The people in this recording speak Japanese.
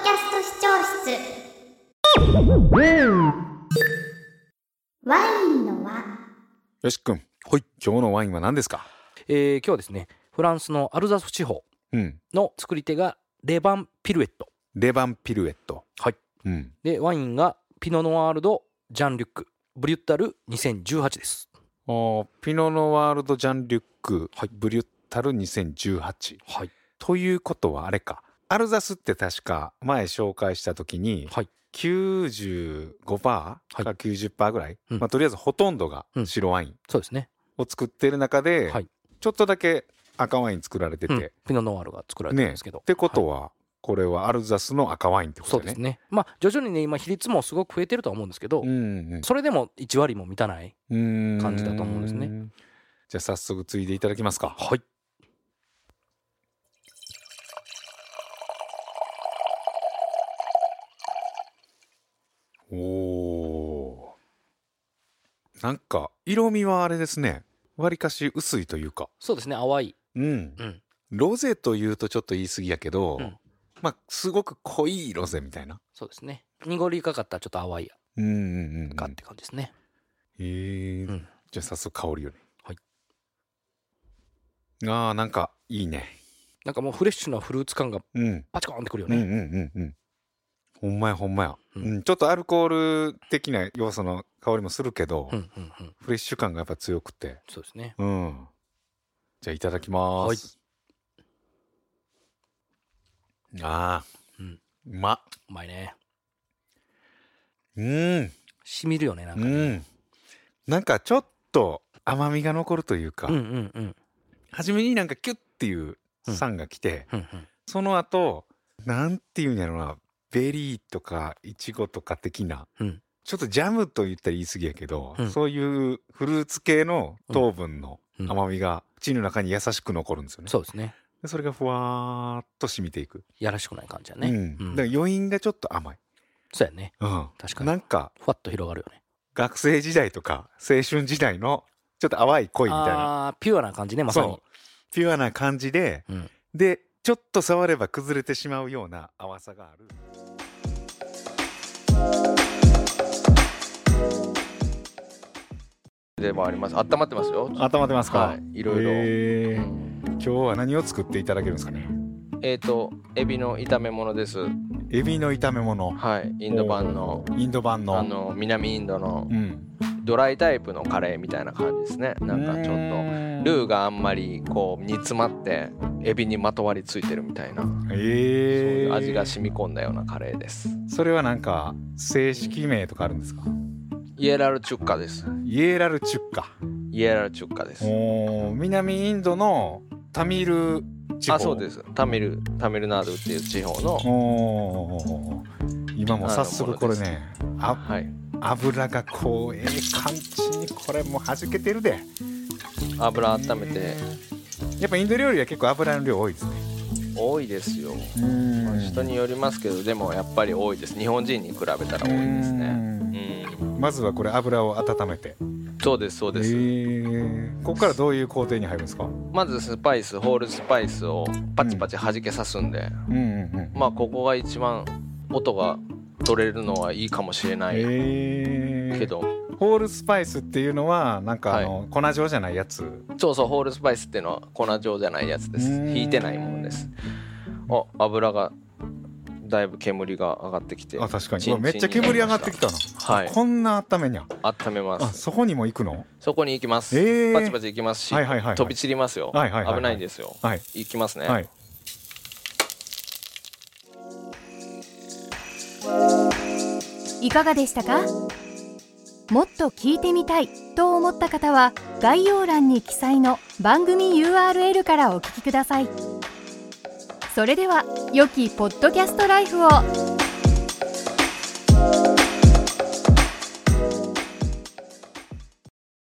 キャスト視聴室。ワインの輪。 よし君、今日のワインは何ですか？ 今日はですね、フランスのアルザス地方の作り手がレバン・ピルエット。 レバン・ピルエット。 はい。でワインがピノノワールド・ジャン・リュックブリュッタル2018です。 ピノノワールド・ジャン・リュック、ブリュッタル2018、 はい、 ということはあれか、アルザスって確か前紹介した時に、95% か 90% ぐらい、とりあえずほとんどが白ワインそうですねを作ってる中で、ちょっとだけ赤ワイン作られてて、 ピノノワールが作られてるんですけど、 ってことは、これはアルザスの赤ワインってことね。 そうですね。徐々にね今比率もすごく増えてるとは思うんですけど、それでも1割も満たない感じだと思うんですね。 じゃあ早速ついでいただきますか。 はい。 おー、なんか色味はあれですね、わりかし薄いというか。 そうですね、淡い。 ロゼというとちょっと言い過ぎやけど、すごく濃いロゼみたいな。そうですね。濁りかかったちょっと淡いかって感じですね。 じゃあ早速香りをね。 はい。 なんかいいね。 なんかもうフレッシュなフルーツ感がパチコーンってくるよね。 ほんまやほんまや。ちょっとアルコール的な要素の香りもするけど、フレッシュ感がやっぱ強くて。 そうですね。 じゃあいただきます。うまいね。 しみるよね、なんかね。 なんかちょっと甘みが残るというか、初めになんかキュッっていう酸が来て、その後なんていうんやろな、ベリーとかイチゴとか的な、ちょっとジャムと言ったら言い過ぎやけど、そういうフルーツ系の糖分の甘みが口の中に優しく残るんですよね。 そうですね。 それがふわーっと染みていく。 やらしくない感じやね。 だから余韻がちょっと甘い。 そうやね。確かに。 なんかふわっと広がるよね。 学生時代とか青春時代のちょっと淡い恋みたいな。 ピュアな感じね、まさに。 ピュアな感じで、でちょっと触れば崩れてしまうような淡さがある。 でもあります。温まってますよ。 温まってますか。 はい、いろいろ。 今日は何を作っていただけるんですかね。 エビの炒め物です。 エビの炒め物。 はい。インド版の南インドのドライタイプのカレーみたいな感じですね。なんかちょっとルーがあんまりこう煮詰まってエビにまとわりついてるみたいな、そういう味が染み込んだようなカレーです。 それはなんか正式名とかあるんですか？ イエラルチュッカです。 イエラルチュッカ。 イエラルチュッカです。 南インドのタミル地方。 そうです。タミルナードっていう地方の。 今も早速これね、油がこう感じにこれもう弾けてるで。 油温めて。 やっぱインド料理は結構油の量多いですね。 多いですよ。人によりますけど、でもやっぱり多いです。日本人に比べたら多いですね。 まずはこれ油を温めて。 そうですそうです。 ここからどういう工程に入るんですか？ まずホールスパイスをパチパチ弾けさすんで、ここが一番音が取れるのはいいかもしれないけど、 ホールスパイスっていうのはなんか粉状じゃないやつ。 そうホールスパイスっていうのは粉状じゃないやつです。引いてないものです。油がだいぶ煙が上がってきて。 確かにめっちゃ煙上がってきたな。 はい。 こんな温めにゃ。 温めます。 そこにも行くの？ そこに行きます。パチパチ行きますし、飛び散りますよ。危ないんですよ。行きますね。 いかがでしたか？もっと聞いてみたいと思った方は概要欄に記載の番組 URL からお聞きください。それでは良きポッドキャストライフを。